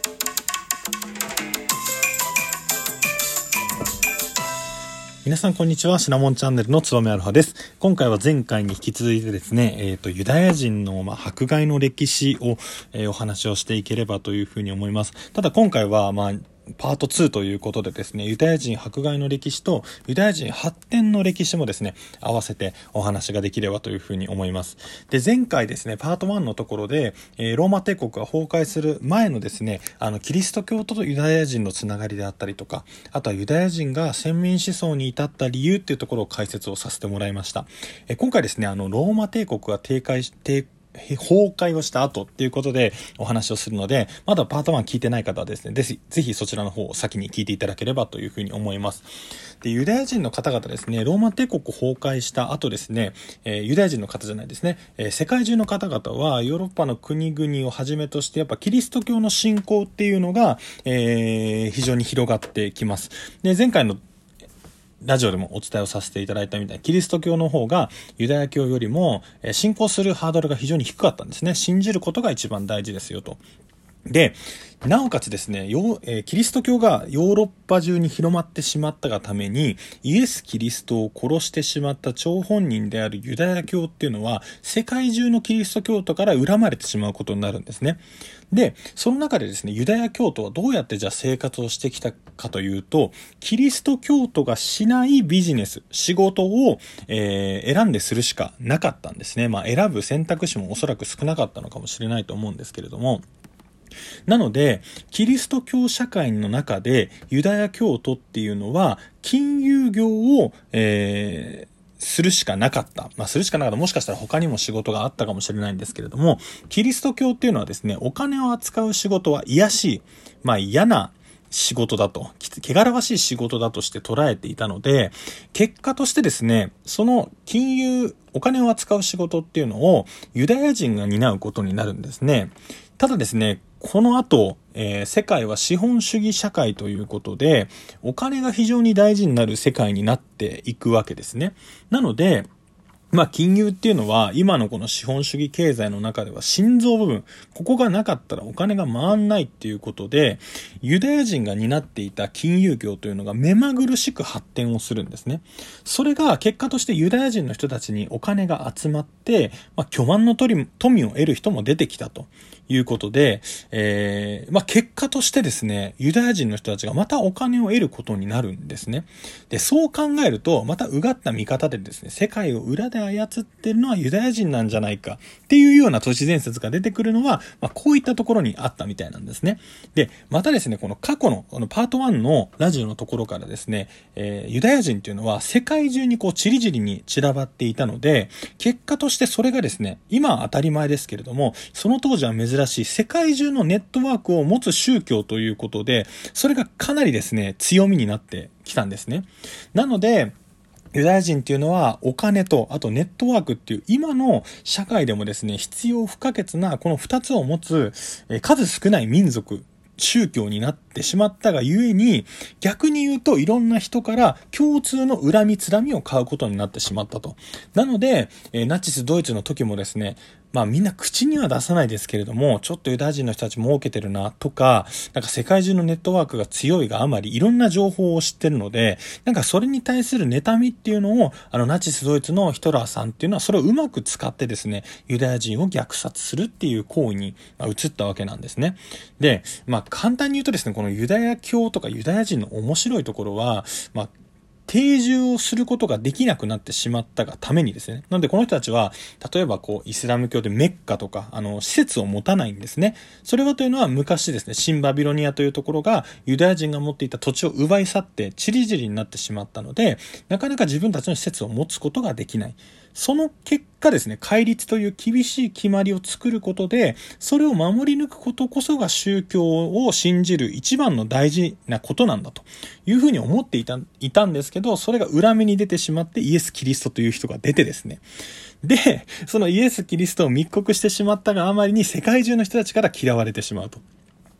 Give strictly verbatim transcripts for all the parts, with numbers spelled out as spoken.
皆さんこんにちは。シナモンチャンネルのつばめアルファです。今回は前回に引き続いてですね、えっとユダヤ人の、まあ、迫害の歴史を、えー、お話をしていければというふうに思います。ただ今回はまあパートツーということでですね、ユダヤ人迫害の歴史とユダヤ人発展の歴史もですね、合わせてお話ができればというふうに思います。で、前回ですね、パートワンのところで、えー、ローマ帝国が崩壊する前のですね、あの、キリスト教徒とユダヤ人のつながりであったりとか、あとはユダヤ人が先民思想に至った理由っていうところを解説をさせてもらいました。えー、今回ですね、あの、ローマ帝国が低下し、低崩壊をした後っていうことでお話をするので、まだパートワン聞いてない方はですね、ぜひ、ぜひそちらの方を先に聞いていただければというふうに思います。で、ユダヤ人の方々ですね、ローマ帝国崩壊した後ですね、えー、ユダヤ人の方じゃないですね、えー、世界中の方々はヨーロッパの国々をはじめとしてやっぱキリスト教の信仰っていうのが、えー、非常に広がってきます。で、前回のラジオでもお伝えをさせていただいたみたいに、キリスト教の方がユダヤ教よりも信仰するハードルが非常に低かったんですね。信じることが一番大事ですよと。で、なおかつですね、ヨえー、キリスト教がヨーロッパ中に広まってしまったがために、イエス・キリストを殺してしまった張本人であるユダヤ教っていうのは、世界中のキリスト教徒から恨まれてしまうことになるんですね。で、その中でですね、ユダヤ教徒はどうやってじゃあ生活をしてきたかというと、キリスト教徒がしないビジネス、仕事を、えー、選んでするしかなかったんですね。まあ選ぶ選択肢もおそらく少なかったのかもしれないと思うんですけれども、なので、キリスト教社会の中でユダヤ教徒っていうのは金融業を、えーするしかなかった。まあ、するしかなかった。もしかしたら他にも仕事があったかもしれないんですけれども、キリスト教っていうのはですね、お金を扱う仕事は卑しい。まあ、嫌な仕事だと、汚らわしい仕事だとして捉えていたので、結果としてですね、その金融、お金を扱う仕事っていうのをユダヤ人が担うことになるんですね。ただですね、この後、えー、世界は資本主義社会ということで、お金が非常に大事になる世界になっていくわけですね。なので、まあ金融っていうのは今のこの資本主義経済の中では心臓部分、ここがなかったらお金が回んないっていうことで、ユダヤ人が担っていた金融業というのが目まぐるしく発展をするんですね。それが結果としてユダヤ人の人たちにお金が集まって、まあ巨万の富を得る人も出てきたということで、えー、まあ結果としてですね、ユダヤ人の人たちがまたお金を得ることになるんですね。で、そう考えると、またうがった見方でですね、世界を裏で操ってるのはユダヤ人なんじゃないかっていうような都市伝説が出てくるのは、まあ、こういったところにあったみたいなんですね。で、またですね、この過去の、このパートワンのラジオのところからですね、えー、ユダヤ人っていうのは世界中にこうチリチリに散らばっていたので、結果としてそれがですね、今は当たり前ですけれども、その当時は珍しい世界中のネットワークを持つ宗教ということで、それがかなりですね、強みになってきたんですね。なので、ユダヤ人っていうのはお金とあとネットワークっていう今の社会でもですね、必要不可欠なこの二つを持つ数少ない民族、宗教になってしまったがゆえに、逆に言うといろんな人から共通の恨みつらみを買うことになってしまったと。なので、ナチスドイツの時もですね、まあみんな口には出さないですけれども、ちょっとユダヤ人の人たち儲けてるなとか、なんか世界中のネットワークが強いがあまりいろんな情報を知ってるので、なんかそれに対する妬みっていうのを、あのナチスドイツのヒトラーさんっていうのはそれをうまく使ってですね、ユダヤ人を虐殺するっていう行為に移ったわけなんですね。で、まあ簡単に言うとですね、このユダヤ教とかユダヤ人の面白いところは、まあ定住をすることができなくなってしまったがためにですね。なのでこの人たちは、例えばこう、イスラム教でメッカとか、あの、施設を持たないんですね。それはというのは昔ですね、新バビロニアというところが、ユダヤ人が持っていた土地を奪い去って、チリチリになってしまったので、なかなか自分たちの施設を持つことができない。その結果ですね、戒律という厳しい決まりを作ることで、それを守り抜くことこそが宗教を信じる一番の大事なことなんだというふうに思っていた、いたんですけど、それが裏目に出てしまってイエス・キリストという人が出てですね。で、そのイエス・キリストを密告してしまったがあまりに世界中の人たちから嫌われてしまうと。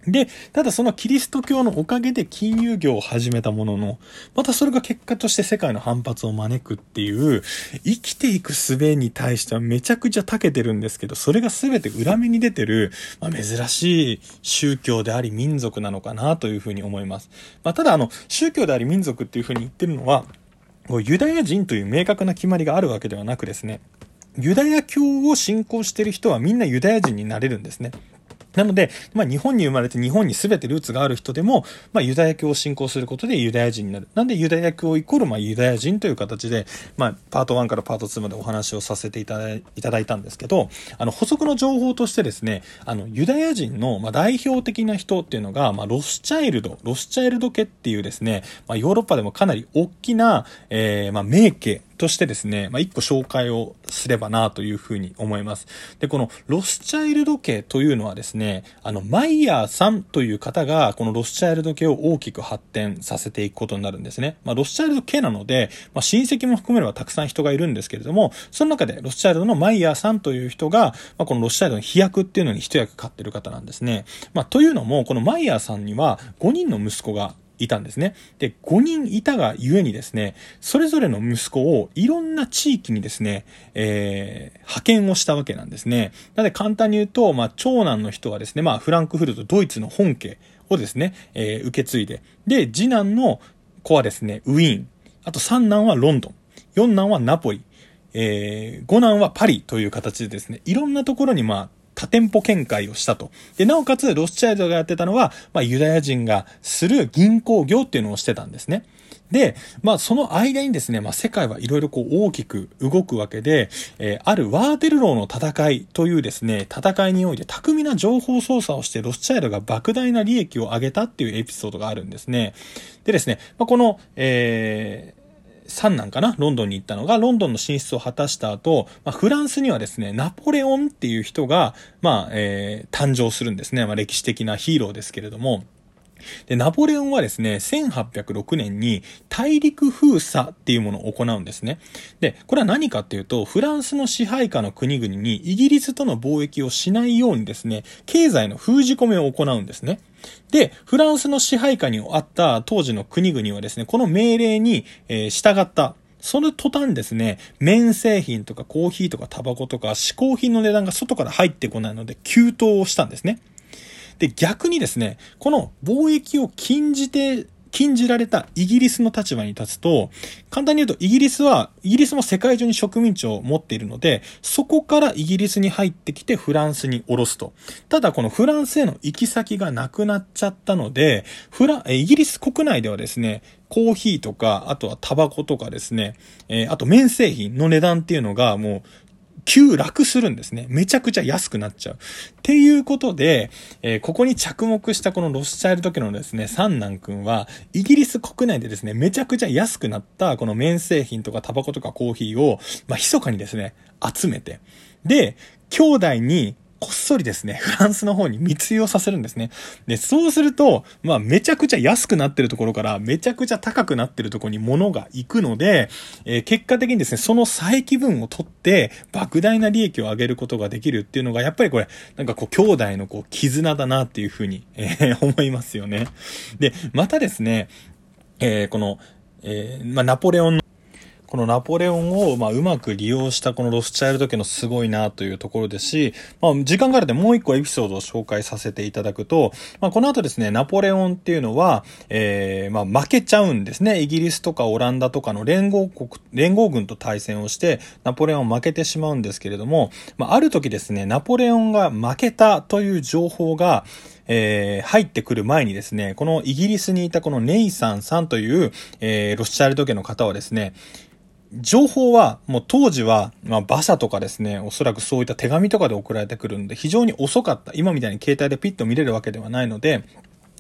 で、ただそのキリスト教のおかげで金融業を始めたものの、またそれが結果として世界の反発を招くっていう、生きていく術に対してはめちゃくちゃ長けてるんですけど、それが全て裏目に出てる、まあ、珍しい宗教であり民族なのかなというふうに思います。まあ、ただあの、宗教であり民族っていうふうに言ってるのは、ユダヤ人という明確な決まりがあるわけではなくですね、ユダヤ教を信仰している人はみんなユダヤ人になれるんですね。なので、まあ日本に生まれて日本に全てルーツがある人でも、まあユダヤ教を信仰することでユダヤ人になる。なんでユダヤ教イコールまあユダヤ人という形で、まあパートワンからパートツーまでお話をさせていただい、いただいたんですけど、あの補足の情報としてですね、あのユダヤ人のまあ代表的な人っていうのが、まあロスチャイルド、ロスチャイルド家っていうですね、まあヨーロッパでもかなり大きな、えー、まあ名家、としてですね、まあ、一個紹介をすればなというふうに思います。で、このロスチャイルド家というのはですね、あの、マイヤーさんという方が、このロスチャイルド家を大きく発展させていくことになるんですね。まあ、ロスチャイルド家なので、まあ、親戚も含めればたくさん人がいるんですけれども、その中でロスチャイルドのマイヤーさんという人が、まあ、このロスチャイルドの飛躍っていうのに一役買ってる方なんですね。まあ、というのも、このマイヤーさんにはごにんの息子がいたんですね。で、ごにんいたがゆえにですね、それぞれの息子をいろんな地域にですね、えー、派遣をしたわけなんですね。なので簡単に言うと、まあ、長男の人はですね、まあ、フランクフルト、ドイツの本家をですね、えー、受け継いで、で、次男の子はですね、ウィーン、あと三男はロンドン、四男はナポリ、えー、五男はパリという形でですね、いろんなところにまあ、多店舗展開をしたと。で、なおかつ、ロスチャイルドがやってたのは、まあ、ユダヤ人がする銀行業っていうのをしてたんですね。で、まあ、その間にですね、まあ、世界はいろいろこう大きく動くわけで、えー、あるワーテルローの戦いというですね、戦いにおいて巧みな情報操作をして、ロスチャイルドが莫大な利益を上げたっていうエピソードがあるんですね。でですね、まあ、この、えー、三男かなロンドンに行ったのが、ロンドンの進出を果たした後、まあ、フランスにはですね、ナポレオンっていう人が、まあ、えー、誕生するんですね。まあ、歴史的なヒーローですけれども、で、ナポレオンはですね、せんはっぴゃくろくねんに大陸封鎖っていうものを行うんですね。で、これは何かっていうと、フランスの支配下の国々にイギリスとの貿易をしないようにですね、経済の封じ込めを行うんですね。で、フランスの支配下にあった当時の国々はですね、この命令に、えー、従った。その途端ですね、綿製品とかコーヒーとかタバコとか嗜好品の値段が外から入ってこないので急騰をしたんですね。で、逆にですね、この貿易を禁じて、禁じられたイギリスの立場に立つと、簡単に言うとイギリスは、イギリスも世界中に植民地を持っているので、そこからイギリスに入ってきてフランスに下ろすと。ただこのフランスへの行き先がなくなっちゃったので、フラ、イギリス国内ではですね、コーヒーとか、あとはタバコとかですね、えー、あと綿製品の値段っていうのがもう、急落するんですね。めちゃくちゃ安くなっちゃう。っていうことで、えー、ここに着目したこのロスチャイルド家のですね、三男くんは、イギリス国内でですね、めちゃくちゃ安くなったこの綿製品とかタバコとかコーヒーを、まあ、密かにですね、集めて、で、兄弟に、こっそりですね、フランスの方に密輸をさせるんですね。で、そうすると、まあ、めちゃくちゃ安くなってるところから、めちゃくちゃ高くなってるところに物が行くので、えー、結果的にですね、その差益分を取って、莫大な利益を上げることができるっていうのが、やっぱりこれ、なんかこう、兄弟のこう、絆だなっていうふうに、えー、思いますよね。で、またですね、えー、この、えー、まあ、ナポレオンのこのナポレオンをまあうまく利用したこのロスチャイルド家のすごいなというところですし、まあ時間があるのでもう一個エピソードを紹介させていただくと、まあこの後ですね、ナポレオンっていうのは、えー、まあ負けちゃうんですね。イギリスとかオランダとかの連合国、連合軍と対戦をして、ナポレオン負けてしまうんですけれども、まあある時ですね、ナポレオンが負けたという情報が、えー、入ってくる前にですね、このイギリスにいたこのネイサンさんという、えー、ロスチャイルド家の方はですね、情報は、もう当時は、まあ、馬車とかですね、おそらくそういった手紙とかで送られてくるので、非常に遅かった。今みたいに携帯でピッと見れるわけではないので、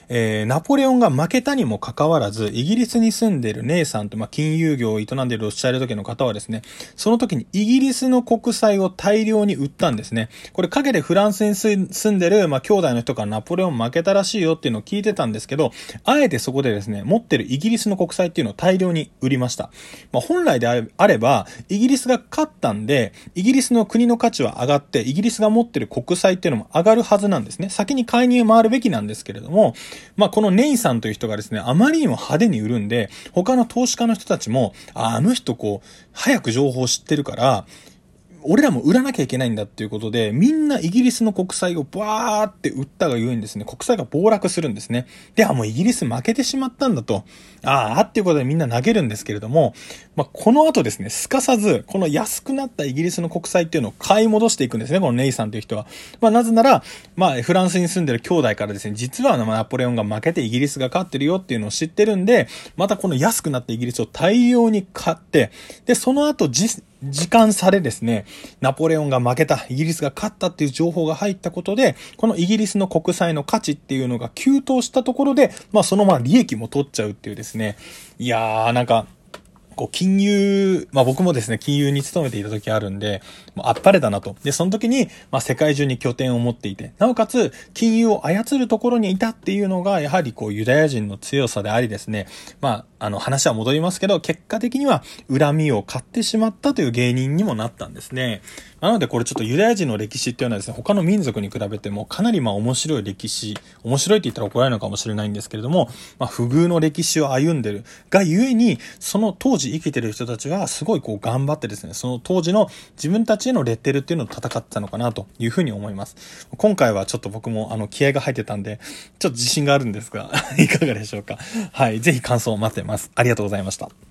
えー、ナポレオンが負けたにもかかわらず、イギリスに住んでいる姉さんと、まあ、金融業を営んでいるおっしゃる時の方はですね、その時にイギリスの国債を大量に売ったんですね。これ陰でフランスに住んでる、まあ、兄弟の人からナポレオン負けたらしいよっていうのを聞いてたんですけど、あえてそこでですね、持ってるイギリスの国債っていうのを大量に売りました。まあ、本来であれば、イギリスが勝ったんで、イギリスの国の価値は上がって、イギリスが持ってる国債っていうのも上がるはずなんですね。先に介入回るべきなんですけれども、まあ、このネイさんという人がですね、あまりにも派手に売るんで、他の投資家の人たちも、あ、あの人こう、早く情報を知ってるから、俺らも売らなきゃいけないんだっていうことで、みんなイギリスの国債をバーって売ったがゆえにですね、国債が暴落するんですね。で、あ、もうイギリス負けてしまったんだと。ああ、っていうことでみんな投げるんですけれども、まあ、この後ですね、すかさず、この安くなったイギリスの国債っていうのを買い戻していくんですね、このネイさんという人は。まあ、なぜなら、まあ、フランスに住んでる兄弟からですね、実はナポレオンが負けてイギリスが勝ってるよっていうのを知ってるんで、またこの安くなったイギリスを大量に買って、で、その後、実、時間差でですね、ナポレオンが負けた、イギリスが勝ったっていう情報が入ったことで、このイギリスの国債の価値っていうのが急騰したところで、まあそのまま利益も取っちゃうっていうですね、いやーなんか、こう金融、まあ僕もですね、金融に勤めていた時あるんで、もうあっぱれだなと。で、その時に、まあ世界中に拠点を持っていて、なおかつ金融を操るところにいたっていうのが、やはりこうユダヤ人の強さでありですね、まあ、あの話は戻りますけど、結果的には恨みを買ってしまったという芸人にもなったんですね。なのでこれちょっとユダヤ人の歴史っていうのはですね、他の民族に比べてもかなりまあ面白い歴史、面白いって言ったら怒られるのかもしれないんですけれども、まあ不遇の歴史を歩んでるがゆえに、その当時生きてる人たちはすごいこう頑張ってですね、その当時の自分たちへのレッテルっていうのを戦ってたのかなというふうに思います。今回はちょっと僕もあの気合が入ってたんで、ちょっと自信があるんですが、いかがでしょうか。はい、ぜひ感想を待ってます。ありがとうございました。